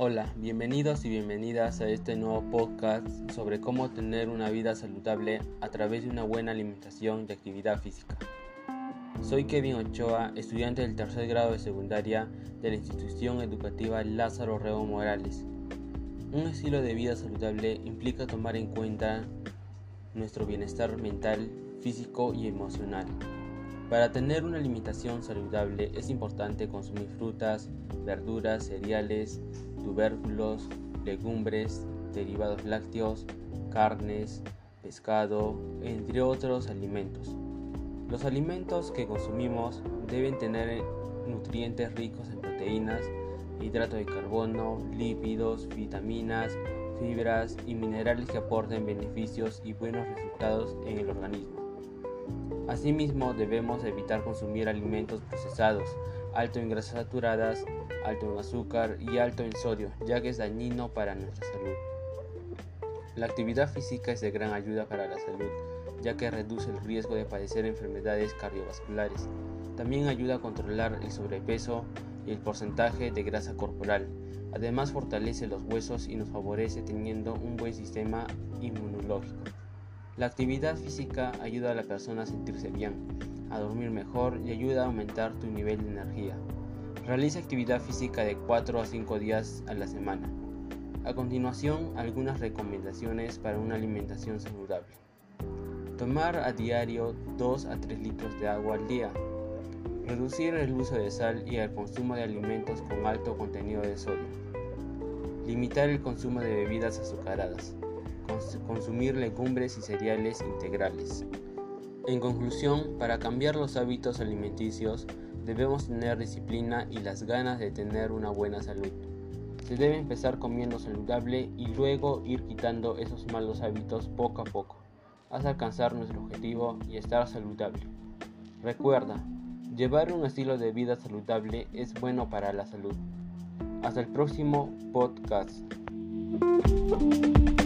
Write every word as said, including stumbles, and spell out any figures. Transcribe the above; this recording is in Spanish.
Hola, bienvenidos y bienvenidas a este nuevo podcast sobre cómo tener una vida saludable a través de una buena alimentación y actividad física. Soy Kevin Ochoa, estudiante del tercer grado de secundaria de la institución educativa Lázaro Rego Morales. Un estilo de vida saludable implica tomar en cuenta nuestro bienestar mental, físico y emocional. Para tener una alimentación saludable es importante consumir frutas, verduras, cereales, tubérculos, legumbres, derivados lácteos, carnes, pescado, entre otros alimentos. Los alimentos que consumimos deben tener nutrientes ricos en proteínas, hidrato de carbono, lípidos, vitaminas, fibras y minerales que aporten beneficios y buenos resultados en el organismo. Asimismo, debemos evitar consumir alimentos procesados, alto en grasas saturadas, alto en azúcar y alto en sodio, ya que es dañino para nuestra salud. La actividad física es de gran ayuda para la salud, ya que reduce el riesgo de padecer enfermedades cardiovasculares. También ayuda a controlar el sobrepeso y el porcentaje de grasa corporal. Además, fortalece los huesos y nos favorece teniendo un buen sistema inmunológico. La actividad física ayuda a la persona a sentirse bien, a dormir mejor y ayuda a aumentar tu nivel de energía. Realiza actividad física de cuatro a cinco días a la semana. A continuación, algunas recomendaciones para una alimentación saludable. Tomar a diario dos a tres litros de agua al día. Reducir el uso de sal y el consumo de alimentos con alto contenido de sodio. Limitar el consumo de bebidas azucaradas. Consumir legumbres y cereales integrales. En conclusión, para cambiar los hábitos alimenticios, debemos tener disciplina y las ganas de tener una buena salud. Se debe empezar comiendo saludable y luego ir quitando esos malos hábitos poco a poco, hasta alcanzar nuestro objetivo y estar saludable. Recuerda, llevar un estilo de vida saludable es bueno para la salud. Hasta el próximo podcast.